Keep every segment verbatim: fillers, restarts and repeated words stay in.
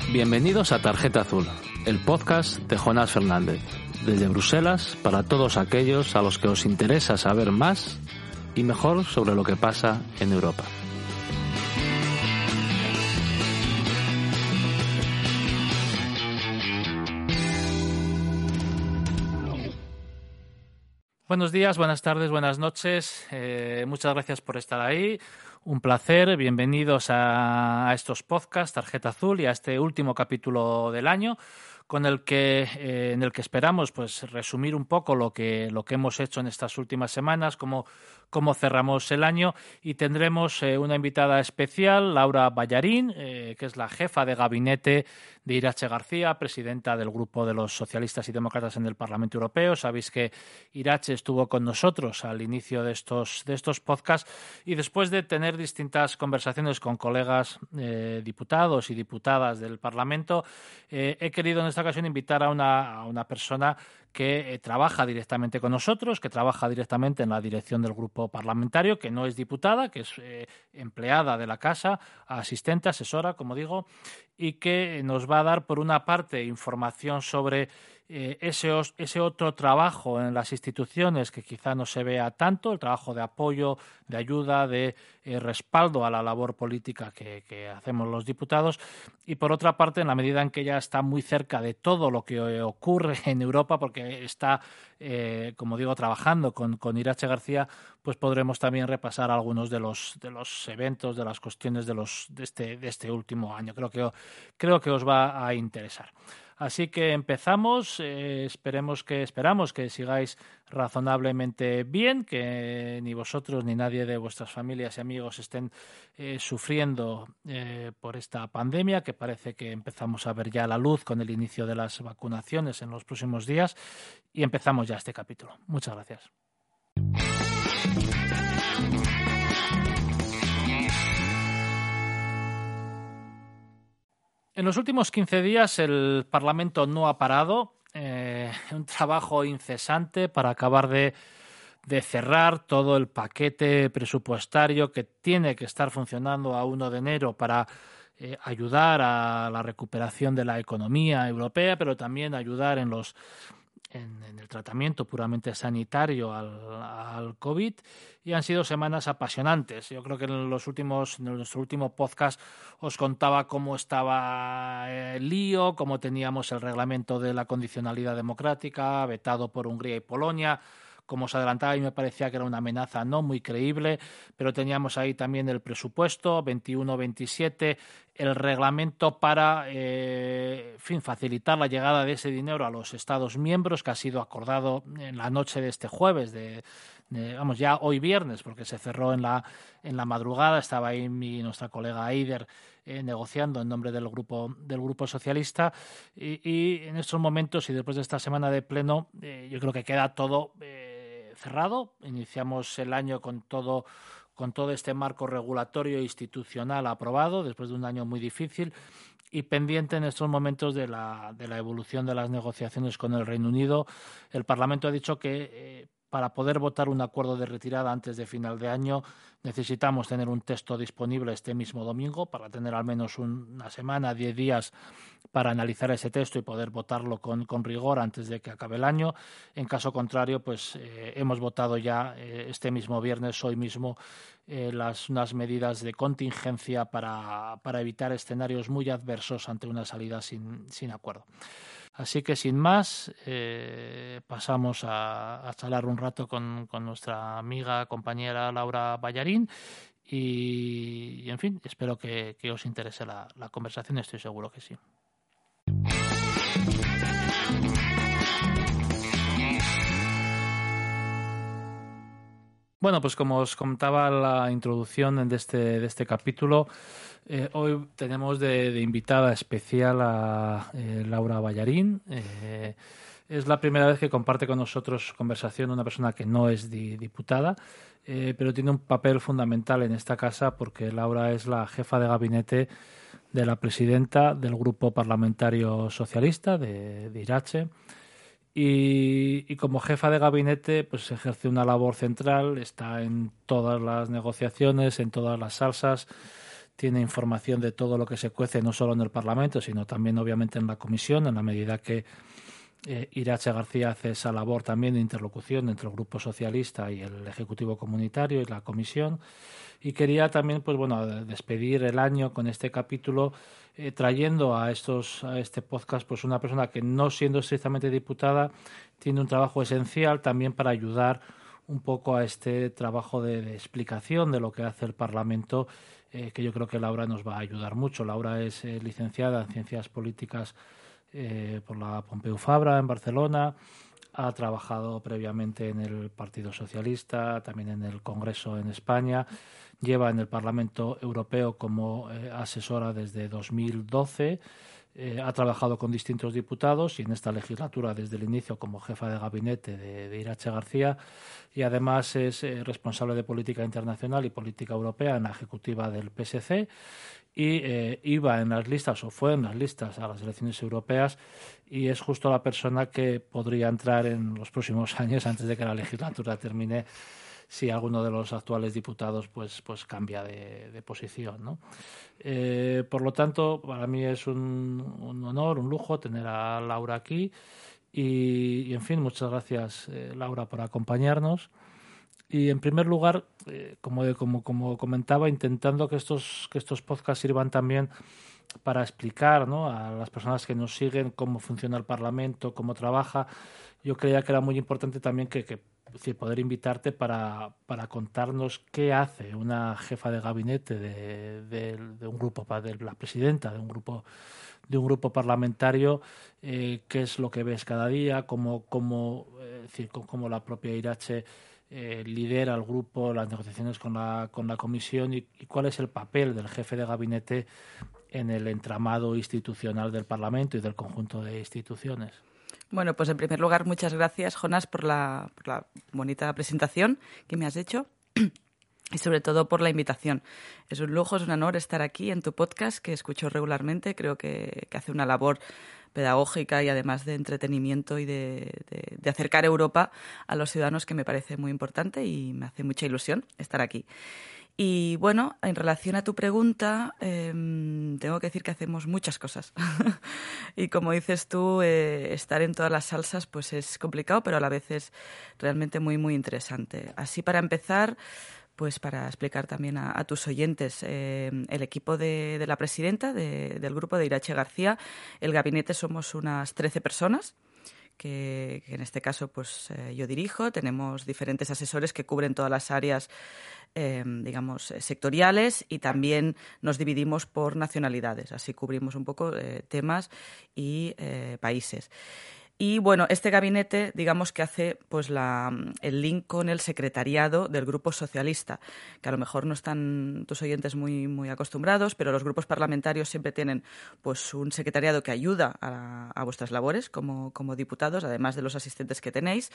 Bienvenidos a Tarjeta Azul, el podcast de Jonás Fernández, desde Bruselas para todos aquellos a los que os interesa saber más y mejor sobre lo que pasa en Europa. Buenos días, buenas tardes, buenas noches. Eh, muchas gracias por estar ahí. Un placer. Bienvenidos a, a estos podcasts, Tarjeta Azul, y a este último capítulo del año, con el que eh, en el que esperamos pues resumir un poco lo que lo que hemos hecho en estas últimas semanas, cómo cómo cerramos el año, y tendremos eh, una invitada especial, Laura Ballarín, eh, que es la jefa de gabinete de Iratxe García, presidenta del Grupo de los Socialistas y Demócratas en el Parlamento Europeo. Sabéis que Iratxe estuvo con nosotros al inicio de estos de estos podcasts, y después de tener distintas conversaciones con colegas eh, diputados y diputadas del Parlamento, eh, he querido en esta ocasión invitar a una, a una persona que eh, trabaja directamente con nosotros, que trabaja directamente en la dirección del grupo parlamentario, que no es diputada, que es eh, empleada de la casa, asistente, asesora, como digo, y que nos va a dar, por una parte, información sobre eh, ese, os, ese otro trabajo en las instituciones que quizá no se vea tanto, el trabajo de apoyo, de ayuda, de eh, respaldo a la labor política que, que hacemos los diputados, y por otra parte, en la medida en que ella está muy cerca de todo lo que ocurre en Europa, porque está, eh, como digo, trabajando con, con Iratxe García, pues podremos también repasar algunos de los de los eventos, de las cuestiones de los de este de este último año. Creo que creo que os va a interesar. Así que empezamos. Eh, esperemos que esperamos que sigáis razonablemente bien, que ni vosotros ni nadie de vuestras familias y amigos estén eh, sufriendo eh, por esta pandemia, que parece que empezamos a ver ya la luz con el inicio de las vacunaciones en los próximos días, y empezamos ya este capítulo. Muchas gracias. En los últimos quince días el Parlamento no ha parado, eh, un trabajo incesante para acabar de, de cerrar todo el paquete presupuestario que tiene que estar funcionando a primero de enero para eh, ayudar a la recuperación de la economía europea, pero también ayudar en los En, en el tratamiento puramente sanitario al, al COVID, y han sido semanas apasionantes. Yo creo que en los últimos, en nuestro último podcast os contaba cómo estaba el lío, cómo teníamos el reglamento de la condicionalidad democrática vetado por Hungría y Polonia. Como os adelantaba, y me parecía que era una amenaza no muy creíble, pero teníamos ahí también el presupuesto veintiuno veintisiete, el reglamento para eh, en fin, facilitar la llegada de ese dinero a los Estados miembros, que ha sido acordado en la noche de este jueves, de, de vamos ya hoy viernes, porque se cerró en la en la madrugada. Estaba ahí mi nuestra colega Eider eh, negociando en nombre del grupo del grupo socialista, y, y en estos momentos y después de esta semana de pleno, eh, yo creo que queda todo eh, cerrado. Iniciamos el año con todo con todo este marco regulatorio e institucional aprobado después de un año muy difícil, y pendiente en estos momentos de la, de la evolución de las negociaciones con el Reino Unido. El Parlamento ha dicho que eh, para poder votar un acuerdo de retirada antes de final de año necesitamos tener un texto disponible este mismo domingo, para tener al menos una semana, diez días para analizar ese texto y poder votarlo con, con rigor antes de que acabe el año. En caso contrario, pues eh, hemos votado ya eh, este mismo viernes, hoy mismo, eh, las unas medidas de contingencia para, para evitar escenarios muy adversos ante una salida sin, sin acuerdo. Así que sin más, eh, pasamos a, a charlar un rato con, con nuestra amiga, compañera Laura Ballarín, y, y en fin, espero que, que os interese la, la conversación, estoy seguro que sí. Bueno, pues como os contaba en la introducción de este, de este capítulo, eh, hoy tenemos de, de invitada especial a eh, Laura Ballarín. Eh, es la primera vez que comparte con nosotros conversación una persona que no es di, diputada, eh, pero tiene un papel fundamental en esta casa, porque Laura es la jefa de gabinete de la presidenta del Grupo Parlamentario Socialista de, de Iratxe. Y, y como jefa de gabinete, pues ejerce una labor central, está en todas las negociaciones, en todas las salsas, tiene información de todo lo que se cuece, no solo en el Parlamento, sino también obviamente en la Comisión, en la medida que eh, Iratxe García hace esa labor también de interlocución entre el Grupo Socialista y el Ejecutivo Comunitario y la Comisión. Y quería también, pues bueno, despedir el año con este capítulo, eh, trayendo a estos a este podcast pues una persona que, no siendo estrictamente diputada, tiene un trabajo esencial también para ayudar un poco a este trabajo de, de explicación de lo que hace el Parlamento, eh, que yo creo que Laura nos va a ayudar mucho. Laura es eh, licenciada en Ciencias Políticas eh, por la Pompeu Fabra en Barcelona. Ha trabajado previamente en el Partido Socialista, también en el Congreso en España. Lleva en el Parlamento Europeo como eh, asesora desde dos mil doce. Eh, ha trabajado con distintos diputados y en esta legislatura desde el inicio como jefa de gabinete de, de Iratxe García, y además es eh, responsable de política internacional y política europea en la ejecutiva del P S C, y eh, iba en las listas o fue en las listas a las elecciones europeas, y es justo la persona que podría entrar en los próximos años, antes de que la legislatura termine, si alguno de los actuales diputados pues, pues cambia de, de posición, ¿no? Eh, por lo tanto, para mí es un, un honor, un lujo tener a Laura aquí y, y en fin, muchas gracias, eh, Laura, por acompañarnos. Y en primer lugar, eh, como, como, como comentaba, intentando que estos, que estos podcasts sirvan también para explicar, ¿no?, a las personas que nos siguen cómo funciona el Parlamento, cómo trabaja. Yo creía que era muy importante también que, que es decir, poder invitarte para, para contarnos qué hace una jefa de gabinete de, de, de un grupo, de la presidenta de un grupo de un grupo parlamentario, eh, qué es lo que ves cada día, cómo, cómo, eh, decir, cómo la propia Iratxe eh, lidera el grupo, las negociaciones con la, con la Comisión, y, y cuál es el papel del jefe de gabinete en el entramado institucional del Parlamento y del conjunto de instituciones. Bueno, pues en primer lugar, muchas gracias, Jonas, por la, por la bonita presentación que me has hecho y sobre todo por la invitación. Es un lujo, es un honor estar aquí en tu podcast, que escucho regularmente. Creo que, que hace una labor pedagógica y además de entretenimiento y de, de, de acercar Europa a los ciudadanos, que me parece muy importante y me hace mucha ilusión estar aquí. Y bueno, en relación a tu pregunta, eh, tengo que decir que hacemos muchas cosas. Y como dices tú, eh, estar en todas las salsas pues es complicado, pero a la vez es realmente muy, muy interesante. Así, para empezar, pues para explicar también a, a tus oyentes, eh, el equipo de, de la presidenta de, del grupo de Iratxe García, el gabinete somos unas trece personas. Que, que en este caso pues eh, yo dirijo. Tenemos diferentes asesores que cubren todas las áreas, eh, digamos, sectoriales, y también nos dividimos por nacionalidades. Así cubrimos un poco eh, temas y eh, países. Y bueno, este gabinete, digamos que hace pues la, el link con el secretariado del Grupo Socialista, que a lo mejor no están tus oyentes muy, muy acostumbrados, pero los grupos parlamentarios siempre tienen pues un secretariado que ayuda a, a vuestras labores como, como diputados, además de los asistentes que tenéis,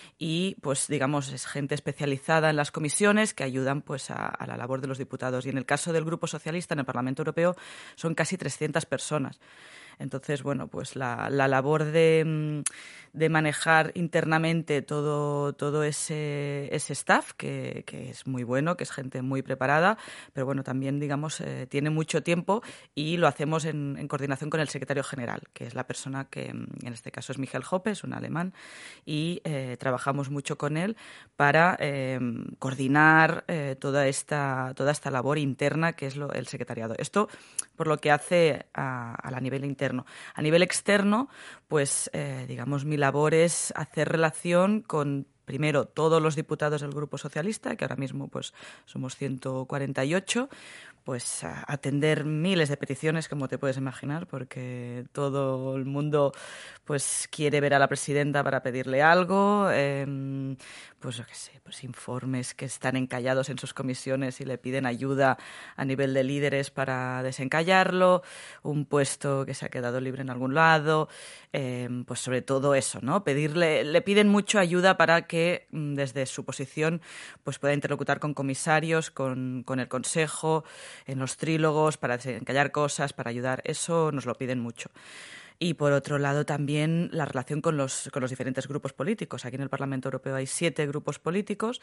y pues digamos es gente especializada en las comisiones que ayudan pues a, a la labor de los diputados. Y en el caso del Grupo Socialista en el Parlamento Europeo son casi trescientas personas. Entonces, bueno, pues la, la labor de, de manejar internamente todo, todo ese, ese staff, que, que es muy bueno, que es gente muy preparada, pero bueno, también, digamos, eh, tiene mucho tiempo, y lo hacemos en, en coordinación con el secretario general, que es la persona que, en este caso, es Michael Hoppe, es un alemán, y eh, trabajamos mucho con él para eh, coordinar eh, toda esta, toda esta labor interna que es lo, el secretariado. Esto por lo que hace a, a la nivel interno. A nivel externo, pues, eh, digamos, mi labor es hacer relación con, primero, todos los diputados del Grupo Socialista, que ahora mismo pues somos ciento cuarenta y ocho, pues a atender miles de peticiones, como te puedes imaginar, porque todo el mundo pues quiere ver a la presidenta para pedirle algo, eh, pues yo qué sé, pues informes que están encallados en sus comisiones y le piden ayuda a nivel de líderes para desencallarlo, un puesto que se ha quedado libre en algún lado, eh, pues sobre todo eso, ¿no? Pedirle, le piden mucho ayuda para que desde su posición pues pueda interlocutar con comisarios, con, con el Consejo, en los trílogos, para desencallar cosas, para ayudar. Eso nos lo piden mucho. Y, por otro lado, también la relación con los, con los diferentes grupos políticos. Aquí en el Parlamento Europeo hay siete grupos políticos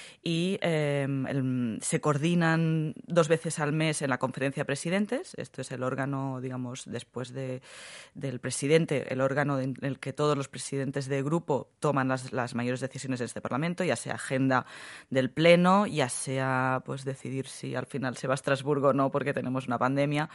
y eh, el, se coordinan dos veces al mes en la conferencia de presidentes. Esto es el órgano, digamos, después de, del presidente, el órgano en el que todos los presidentes de grupo toman las, las mayores decisiones de este Parlamento, ya sea agenda del Pleno, ya sea pues decidir si al final se va a Estrasburgo o no porque tenemos una pandemia,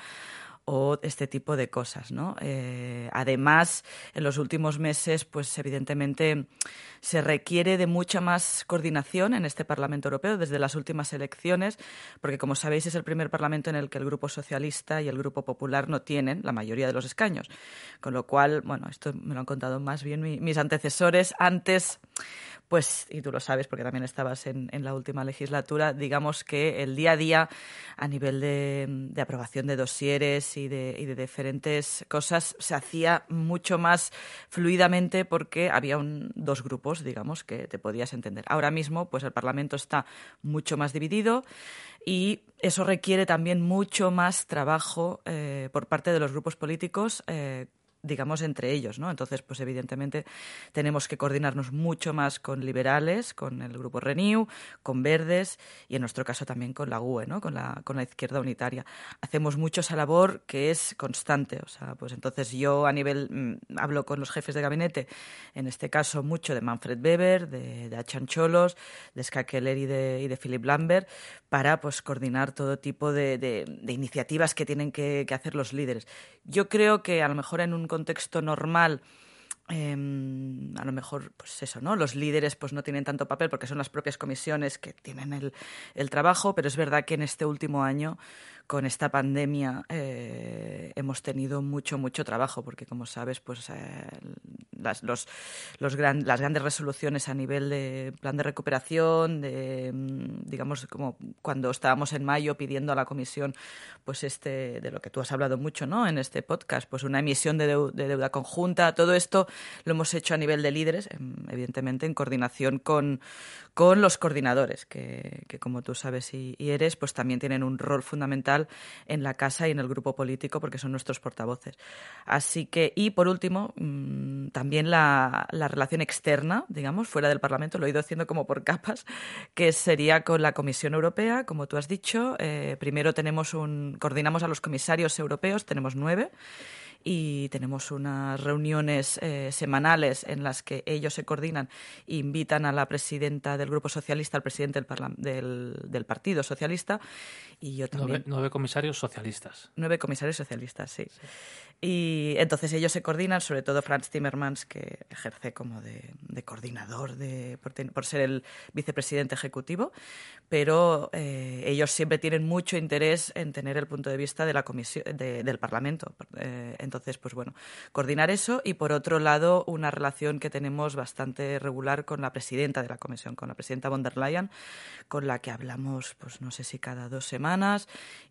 o este tipo de cosas, ¿no? Eh, además, en los últimos meses, pues evidentemente se requiere de mucha más coordinación en este Parlamento Europeo desde las últimas elecciones, porque, como sabéis, es el primer Parlamento en el que el Grupo Socialista y el Grupo Popular no tienen la mayoría de los escaños. Con lo cual, bueno, esto me lo han contado más bien mi, mis antecesores antes. Pues, y tú lo sabes porque también estabas en, en la última legislatura, digamos que el día a día a nivel de, de aprobación de dosieres y de, y de diferentes cosas se hacía mucho más fluidamente porque había un, dos grupos, digamos, que te podías entender. Ahora mismo, pues el Parlamento está mucho más dividido y eso requiere también mucho más trabajo eh, por parte de los grupos políticos, eh, digamos, entre ellos, ¿no? Entonces, pues evidentemente tenemos que coordinarnos mucho más con liberales, con el grupo Renew, con verdes y en nuestro caso también con la U E, ¿no? Con la, con la izquierda unitaria. Hacemos mucho esa labor que es constante, o sea, pues entonces yo a nivel, mmm, hablo con los jefes de gabinete, en este caso mucho de Manfred Weber, de, de Achan Cholos, de Ska Keller y de, y de Philip Lambert, para pues coordinar todo tipo de, de, de iniciativas que tienen que, que hacer los líderes. Yo creo que a lo mejor en un contexto normal, eh, a lo mejor, pues eso, ¿no? Los líderes pues no tienen tanto papel porque son las propias comisiones que tienen el, el trabajo, pero es verdad que en este último año, con esta pandemia, eh, hemos tenido mucho, mucho trabajo, porque como sabes, pues eh, las, los, los gran, las grandes resoluciones a nivel de plan de recuperación, de, digamos, como cuando estábamos en mayo pidiendo a la Comisión, pues este, de lo que tú has hablado mucho, ¿no? En este podcast, pues una emisión de, deu, de deuda conjunta, todo esto lo hemos hecho a nivel de líderes, evidentemente en coordinación con, con los coordinadores, que, que como tú sabes y, y eres, pues también tienen un rol fundamental en la casa y en el grupo político porque son nuestros portavoces. Así que, y por último, mmm, también la, la relación externa, digamos, fuera del Parlamento, lo he ido haciendo como por capas, que sería con la Comisión Europea, como tú has dicho. Eh, primero tenemos un, coordinamos a los comisarios europeos, tenemos nueve, y tenemos unas reuniones eh, semanales en las que ellos se coordinan e invitan a la presidenta del Grupo Socialista, al presidente del, parla- del, del Partido Socialista, y yo también. Nueve, nueve comisarios socialistas. Nueve comisarios socialistas, sí. sí. Y entonces ellos se coordinan, sobre todo Franz Timmermans, que ejerce como de, de coordinador de, por, ten, por ser el vicepresidente ejecutivo, pero eh, ellos siempre tienen mucho interés en tener el punto de vista de la comisión, de, del Parlamento. Eh, entonces, pues bueno, coordinar eso y, por otro lado, una relación que tenemos bastante regular con la presidenta de la Comisión, con la presidenta von der Leyen, con la que hablamos, pues no sé si cada dos semanas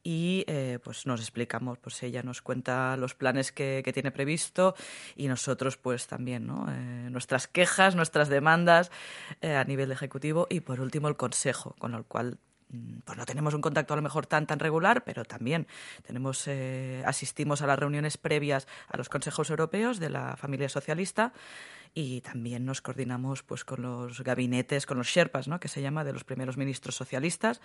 y eh, pues nos explicamos, pues ella nos cuenta los planes Que, que tiene previsto y nosotros pues también, ¿no? Eh, nuestras quejas, nuestras demandas eh, a nivel ejecutivo y por último el Consejo, con el cual pues no tenemos un contacto a lo mejor tan tan regular, pero también tenemos eh, asistimos a las reuniones previas a los consejos europeos de la familia socialista y también nos coordinamos pues con los gabinetes, con los Sherpas, ¿no? Que se llama, de los primeros ministros socialistas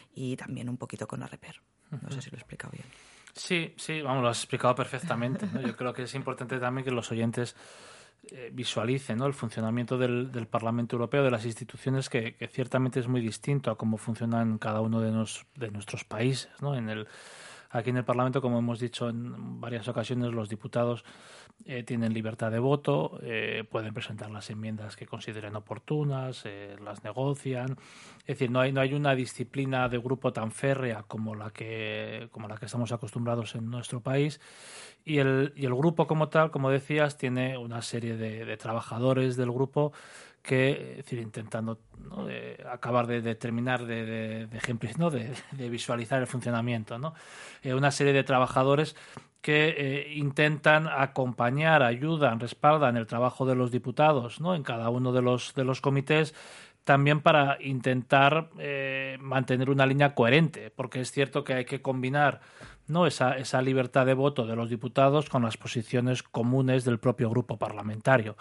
y también un poquito con la Reper. No sé si lo he explicado bien. Sí, sí, vamos, lo has explicado perfectamente, ¿no? Yo creo que es importante también que los oyentes eh, visualicen, ¿no? El funcionamiento del, del Parlamento Europeo, de las instituciones, que, que ciertamente es muy distinto a cómo funcionan cada uno de, nos, de nuestros países, ¿no? En el, aquí en el Parlamento, como hemos dicho en varias ocasiones, los diputados eh, tienen libertad de voto, eh, pueden presentar las enmiendas que consideren oportunas, eh, las negocian. Es decir, no hay, no hay una disciplina de grupo tan férrea como la que, como la que estamos acostumbrados en nuestro país. Y el, y el grupo como tal, como decías, tiene una serie de, de trabajadores del grupo que, es decir, intentando, ¿no? de acabar de, de terminar de, de, de ejemplos, ¿no? de, de visualizar el funcionamiento, ¿no? Eh, una serie de trabajadores que eh, intentan acompañar, ayudan, respaldan el trabajo de los diputados, ¿no? En cada uno de los, de los comités, también para intentar eh, mantener una línea coherente, porque es cierto que hay que combinar, ¿no?, esa, esa libertad de voto de los diputados con las posiciones comunes del propio grupo parlamentario.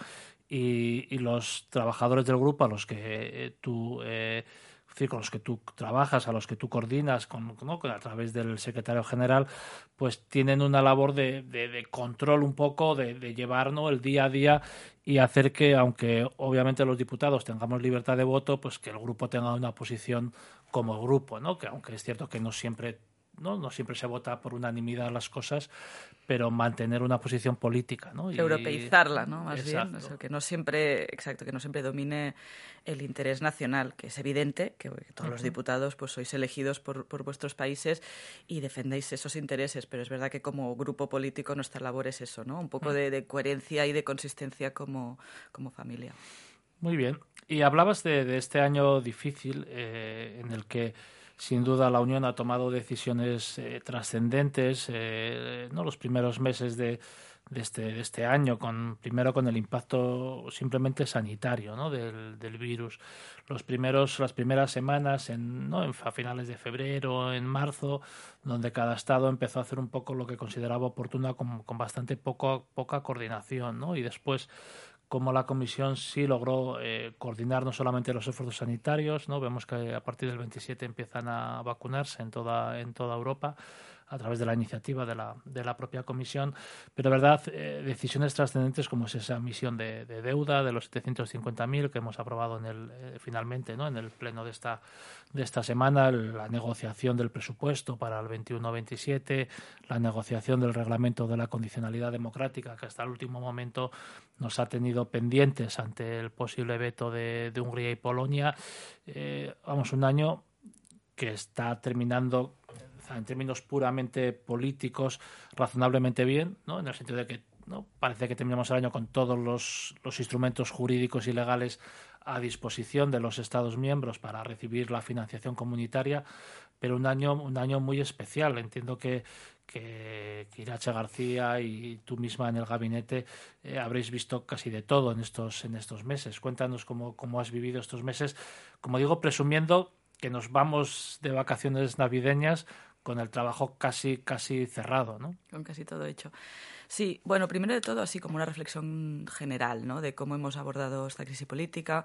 Y, y los trabajadores del grupo a los que eh, tú... Eh, con los que tú trabajas, a los que tú coordinas, con, ¿no?, a través del secretario general, pues tienen una labor de, de, de control un poco, de, de llevar, ¿no?, el día a día y hacer que, aunque obviamente los diputados tengamos libertad de voto, pues que el grupo tenga una posición como grupo, ¿no?, que aunque es cierto que no siempre, ¿no? no siempre se vota por unanimidad las cosas, pero mantener una posición política, ¿no? Y... europeizarla, ¿no? Más Exacto. bien, o sea, que no siempre, exacto, que no siempre domine el interés nacional, que es evidente que, que todos uh-huh. los diputados pues sois elegidos por, por vuestros países y defendéis esos intereses, pero es verdad que como grupo político nuestra labor es eso, ¿no? Un poco uh-huh. de, de coherencia y de consistencia como, como familia. Muy bien. Y hablabas de, de este año difícil eh, en el que sin duda la Unión ha tomado decisiones eh, trascendentes, eh, ¿no?, los primeros meses de, de, este, de este año, con, primero con el impacto simplemente sanitario, ¿no?, del, del virus. Los primeros, las primeras semanas, en, ¿no?, en, a finales de febrero, en marzo, donde cada estado empezó a hacer un poco lo que consideraba oportuno con, con bastante poco, poca coordinación, ¿no? Y después, como la Comisión sí logró eh, coordinar no solamente los esfuerzos sanitarios, ¿no? Vemos que a partir del veintisiete empiezan a vacunarse en toda, en toda Europa a través de la iniciativa de la, de la propia Comisión, pero verdad, eh, decisiones trascendentes como es esa emisión de, de deuda de los setecientos cincuenta mil que hemos aprobado en el, eh, finalmente, ¿no?, en el pleno de esta, de esta semana, la negociación del presupuesto para el veintiuno veintisiete, la negociación del reglamento de la condicionalidad democrática que hasta el último momento nos ha tenido pendientes ante el posible veto de, de Hungría y Polonia. Eh, vamos, un año que está terminando en términos puramente políticos razonablemente bien, ¿no?, en el sentido de que, ¿no?, parece que terminamos el año con todos los, los instrumentos jurídicos y legales a disposición de los Estados miembros para recibir la financiación comunitaria, pero un año, un año muy especial. Entiendo que que, que Irache García y tú misma en el gabinete eh, habréis visto casi de todo en estos, en estos meses. Cuéntanos cómo, cómo has vivido estos meses, como digo, presumiendo que nos vamos de vacaciones navideñas con el trabajo casi, casi cerrado, ¿no? Con casi todo hecho. Sí, bueno, primero de todo, así como una reflexión general, ¿no?, de cómo hemos abordado esta crisis política,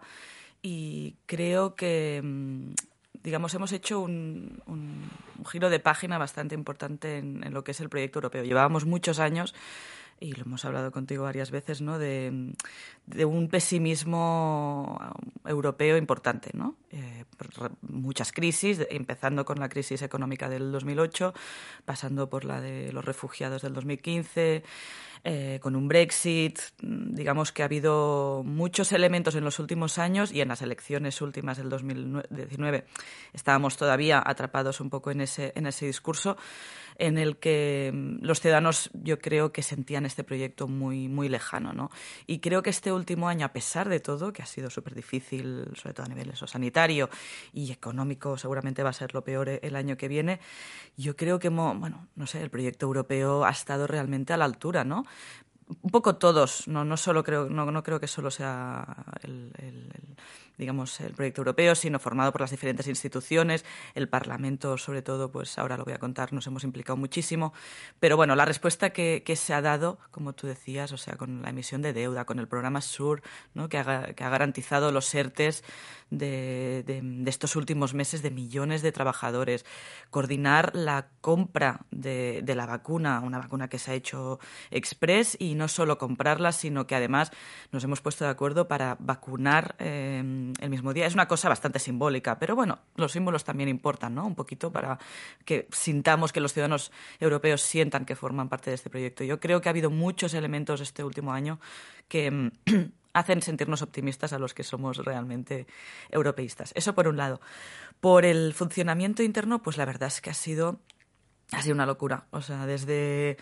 y creo que, digamos, hemos hecho un, un, un giro de página bastante importante en, en lo que es el proyecto europeo. Llevábamos muchos años, y lo hemos hablado contigo varias veces, ¿no?, de, de un pesimismo europeo importante, ¿no? Eh, muchas crisis, empezando con la crisis económica del dos mil ocho, pasando por la de los refugiados del dos mil quince, eh, con un Brexit. Digamos que ha habido muchos elementos en los últimos años, y en las elecciones últimas del dos mil diecinueve estábamos todavía atrapados un poco en ese, en ese discurso, en el que los ciudadanos, yo creo que sentían este proyecto muy, muy lejano, ¿no? Y creo que este último año, a pesar de todo, que ha sido súper difícil, sobre todo a nivel eso, sanitario y económico, seguramente va a ser lo peor el año que viene, yo creo que, bueno, no sé, el proyecto europeo ha estado realmente a la altura, ¿no? Un poco todos, no, no solo creo, no, no creo que solo sea el, el, el, digamos, el proyecto europeo, sino formado por las diferentes instituciones, el Parlamento, sobre todo, pues ahora lo voy a contar, nos hemos implicado muchísimo, pero bueno, la respuesta que, que se ha dado, como tú decías, o sea, con la emisión de deuda, con el programa SURE, ¿no?, que ha, que ha garantizado los ERTES de, de, de estos últimos meses de millones de trabajadores, coordinar la compra de, de la vacuna, una vacuna que se ha hecho express, y no solo comprarla, sino que además nos hemos puesto de acuerdo para vacunar eh, el mismo día. Es una cosa bastante simbólica, pero bueno, los símbolos también importan, ¿no? Un poquito para que sintamos, que los ciudadanos europeos sientan que forman parte de este proyecto. Yo creo que ha habido muchos elementos este último año que hacen sentirnos optimistas a los que somos realmente europeístas. Eso por un lado. Por el funcionamiento interno, pues la verdad es que ha sido... Ha sido una locura. O sea, desde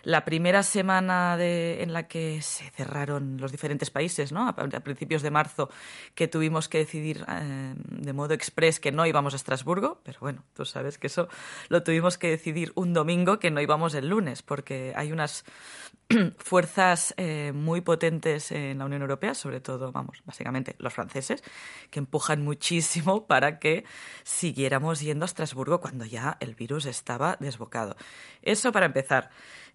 La primera semana de, en la que se cerraron los diferentes países, ¿no? A, a principios de marzo, que tuvimos que decidir eh, de modo express que no íbamos a Estrasburgo, pero bueno, tú sabes que eso lo tuvimos que decidir un domingo, que no íbamos el lunes, porque hay unas fuerzas eh, muy potentes en la Unión Europea, sobre todo, vamos, básicamente los franceses, que empujan muchísimo para que siguiéramos yendo a Estrasburgo cuando ya el virus estaba desbocado. Eso para empezar.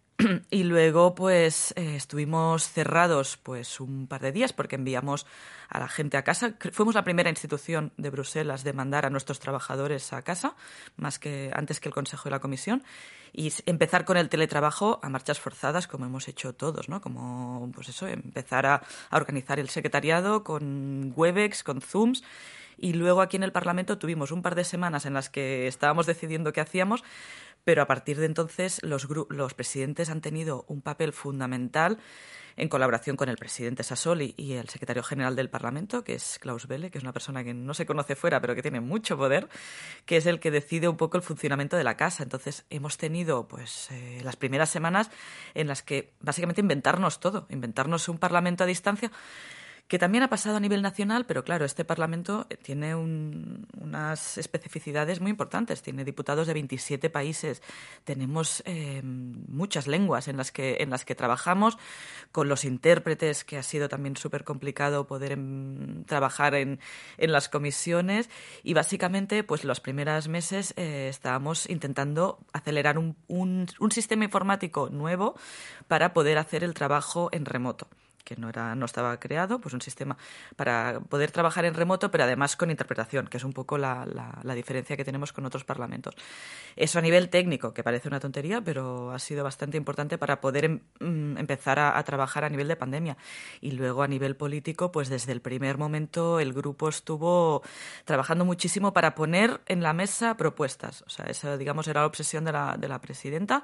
Y luego, pues, eh, estuvimos cerrados pues un par de días porque enviamos a la gente a casa. Fuimos la primera institución de Bruselas de mandar a nuestros trabajadores a casa, más que antes que el Consejo y la Comisión, y empezar con el teletrabajo a marchas forzadas, como hemos hecho todos, ¿no? Como, pues eso, empezar a, a organizar el secretariado con Webex, con Zooms. Y luego aquí en el Parlamento tuvimos un par de semanas en las que estábamos decidiendo qué hacíamos, pero a partir de entonces los, los presidentes han tenido un papel fundamental en colaboración con el presidente Sassoli y el secretario general del Parlamento, que es Klaus Welle, que es una persona que no se conoce fuera, pero que tiene mucho poder, que es el que decide un poco el funcionamiento de la casa. Entonces hemos tenido pues eh, las primeras semanas en las que básicamente inventarnos todo, inventarnos un Parlamento a distancia, que también ha pasado a nivel nacional, pero claro, este Parlamento tiene un, unas especificidades muy importantes. Tiene diputados de veintisiete países, tenemos eh, muchas lenguas en las que en las que trabajamos, con los intérpretes, que ha sido también súper complicado poder en, trabajar en, en las comisiones, y básicamente pues los primeros meses eh, estábamos intentando acelerar un, un, un sistema informático nuevo para poder hacer el trabajo en remoto, que no era no estaba creado, pues un sistema para poder trabajar en remoto, pero además con interpretación, que es un poco la, la, la diferencia que tenemos con otros parlamentos. Eso a nivel técnico, que parece una tontería, pero ha sido bastante importante para poder em, empezar a, a trabajar a nivel de pandemia. Y luego a nivel político, pues desde el primer momento el grupo estuvo trabajando muchísimo para poner en la mesa propuestas. O sea, esa, digamos, era la obsesión de la, de la presidenta,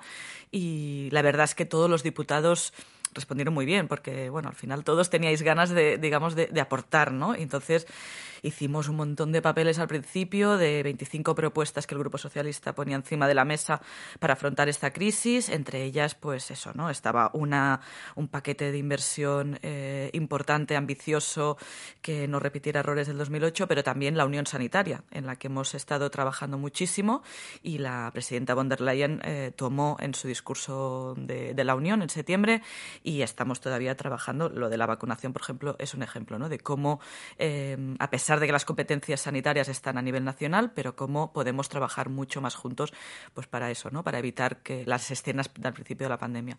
y la verdad es que todos los diputados respondieron muy bien, porque bueno, al final todos teníais ganas de, digamos, de, de aportar, ¿no? Y entonces hicimos un montón de papeles al principio, de veinticinco propuestas que el Grupo Socialista ponía encima de la mesa para afrontar esta crisis. Entre ellas, pues eso, ¿no? Estaba una, un paquete de inversión eh, importante, ambicioso, que no repitiera errores del dos mil ocho, pero también la Unión Sanitaria, en la que hemos estado trabajando muchísimo, y la presidenta von der Leyen eh, tomó en su discurso de, de la Unión en septiembre, y estamos todavía trabajando. Lo de la vacunación, por ejemplo, es un ejemplo, ¿no? De cómo, eh, a pesar de que las competencias sanitarias están a nivel nacional, pero cómo podemos trabajar mucho más juntos, pues para eso, ¿no? Para evitar que las escenas del principio de la pandemia.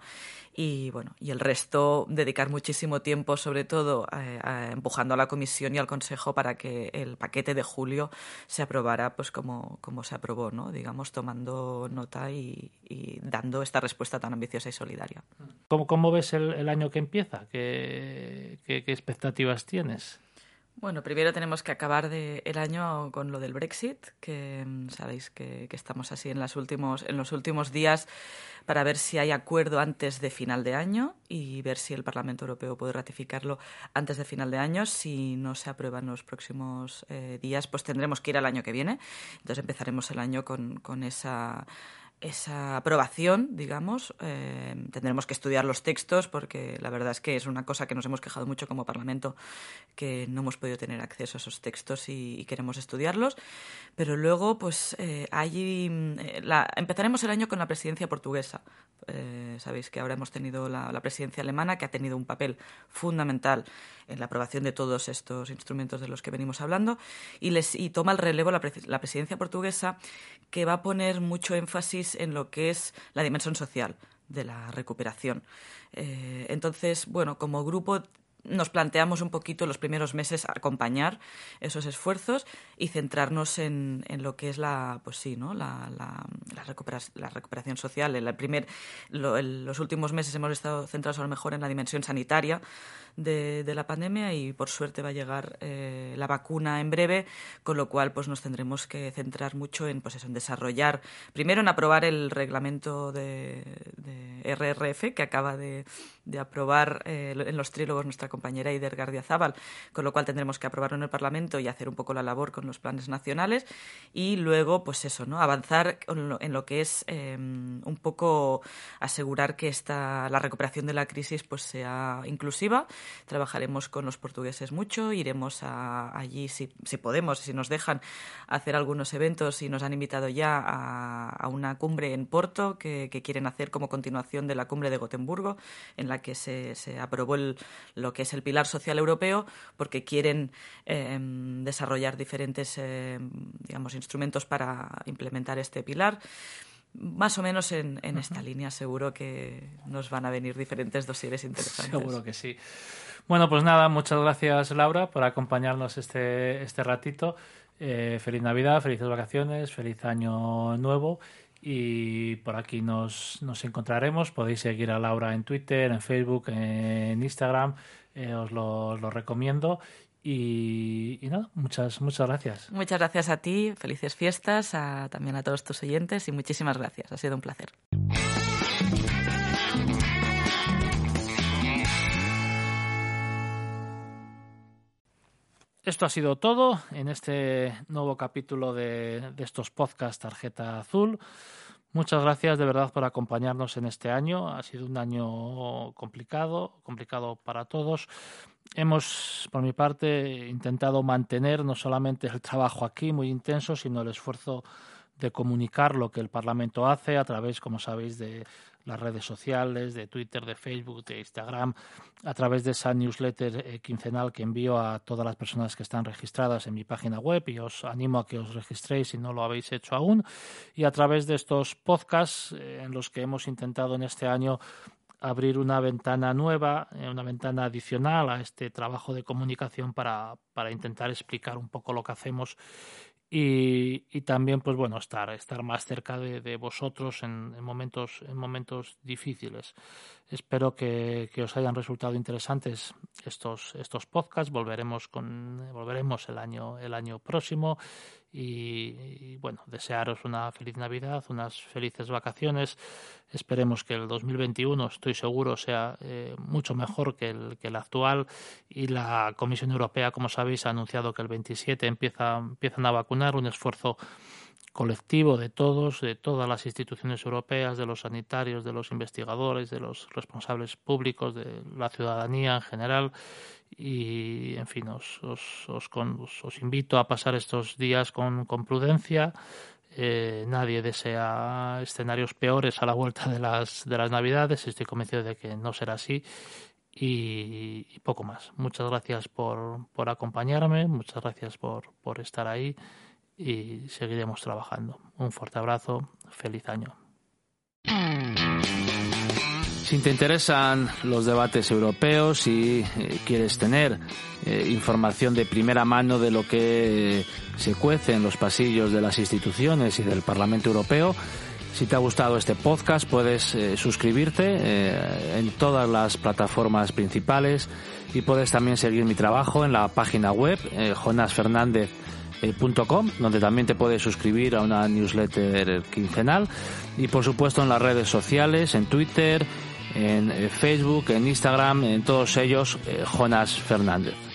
Y bueno, y el resto, dedicar muchísimo tiempo, sobre todo, eh, a, empujando a la Comisión y al Consejo para que el paquete de julio se aprobara, pues como, como se aprobó, ¿no? Digamos, tomando nota y, y dando esta respuesta tan ambiciosa y solidaria. ¿Cómo, cómo ves el, el año que empieza? ¿Qué, qué, qué expectativas tienes? Bueno, primero tenemos que acabar de el año con lo del Brexit, que sabéis que, que estamos así en, las últimos, en los últimos días para ver si hay acuerdo antes de final de año y ver si el Parlamento Europeo puede ratificarlo antes de final de año. Si no se aprueba en los próximos eh, días, pues tendremos que ir al año que viene. Entonces empezaremos el año con, con esa... esa aprobación, digamos. Eh, tendremos que estudiar los textos, porque la verdad es que es una cosa que nos hemos quejado mucho como Parlamento, que no hemos podido tener acceso a esos textos y, y queremos estudiarlos. Pero luego, pues, eh, allí eh, la, empezaremos el año con la presidencia portuguesa. Eh, sabéis que ahora hemos tenido la, la presidencia alemana, que ha tenido un papel fundamental en la aprobación de todos estos instrumentos de los que venimos hablando, y, les, y toma el relevo la, la presidencia portuguesa, que va a poner mucho énfasis en lo que es la dimensión social de la recuperación. Eh, entonces, bueno, como grupo nos planteamos un poquito los primeros meses acompañar esos esfuerzos y centrarnos en, en lo que es la, pues sí, ¿no? la, la, la, recupera, la recuperación social. En el primer, lo, en los últimos meses hemos estado centrados a lo mejor en la dimensión sanitaria de, de la pandemia y por suerte va a llegar eh, la vacuna en breve, con lo cual pues nos tendremos que centrar mucho en, pues eso, en desarrollar, primero en aprobar el reglamento de, de R R F que acaba de, de aprobar eh, en los trílogos nuestra compañera Eider Gardiazabal, con lo cual tendremos que aprobarlo en el Parlamento y hacer un poco la labor con los planes nacionales y luego pues eso, ¿no? Avanzar en lo, en lo que es eh, un poco asegurar que esta, la recuperación de la crisis pues sea inclusiva. Trabajaremos con los portugueses mucho, iremos a, allí si, si podemos, si nos dejan hacer algunos eventos y nos han invitado ya a, a una cumbre en Porto que, que quieren hacer como continuación de la cumbre de Gotemburgo, en la que se, se aprobó el, lo que es el pilar social europeo, porque quieren eh, desarrollar diferentes eh, digamos, instrumentos para implementar este pilar. Más o menos en, en esta uh-huh. línea seguro que nos van a venir diferentes dosieres interesantes. Seguro que sí. Bueno, pues nada, muchas gracias Laura por acompañarnos este, este ratito. Eh, feliz Navidad, felices vacaciones, feliz año nuevo y por aquí nos, nos encontraremos. Podéis seguir a Laura en Twitter, en Facebook, en Instagram, eh, os, lo, os lo recomiendo. Y, y nada, muchas, muchas gracias. Muchas gracias a ti, felices fiestas, a, también a todos tus oyentes y muchísimas gracias, ha sido un placer. Esto ha sido todo en este nuevo capítulo de, de estos podcasts Tarjeta Azul. Muchas gracias de verdad por acompañarnos en este año. Ha sido un año complicado, complicado para todos. Hemos, por mi parte, intentado mantener no solamente el trabajo aquí muy intenso, sino el esfuerzo de comunicar lo que el Parlamento hace a través, como sabéis, de las redes sociales, de Twitter, de Facebook, de Instagram, a través de esa newsletter eh, quincenal que envío a todas las personas que están registradas en mi página web y os animo a que os registréis si no lo habéis hecho aún, y a través de estos podcasts eh, en los que hemos intentado en este año abrir una ventana nueva, eh, una ventana adicional a este trabajo de comunicación para, para intentar explicar un poco lo que hacemos y, y también pues bueno estar estar más cerca de, de vosotros en, en momentos en momentos difíciles. Espero que, que os hayan resultado interesantes estos estos podcasts. Volveremos con volveremos el año el año próximo y, y bueno, desearos una feliz Navidad, unas felices vacaciones. Esperemos que el dos mil veintiuno, estoy seguro, sea eh, mucho mejor que el, que el actual, y la Comisión Europea, como sabéis, ha anunciado que el veintisiete empieza, empiezan a vacunar, un esfuerzo colectivo de todos, de todas las instituciones europeas, de los sanitarios, de los investigadores, de los responsables públicos, de la ciudadanía en general. Y, en fin, os, os, os, con, os, os invito a pasar estos días con, con prudencia. Eh, nadie desea escenarios peores a la vuelta de las, de las Navidades. Estoy convencido de que no será así. Y, y poco más. Muchas gracias por, por acompañarme, muchas gracias por, por estar ahí y seguiremos trabajando. Un fuerte abrazo, feliz año. Si te interesan los debates europeos y eh, quieres tener eh, información de primera mano de lo que eh, se cuece en los pasillos de las instituciones y del Parlamento Europeo, si te ha gustado este podcast puedes eh, suscribirte eh, en todas las plataformas principales y puedes también seguir mi trabajo en la página web eh, jonas fernandez punto com, donde también te puedes suscribir a una newsletter quincenal, y por supuesto en las redes sociales, en Twitter, en Facebook, en Instagram, en todos ellos, eh, Jonas Fernández.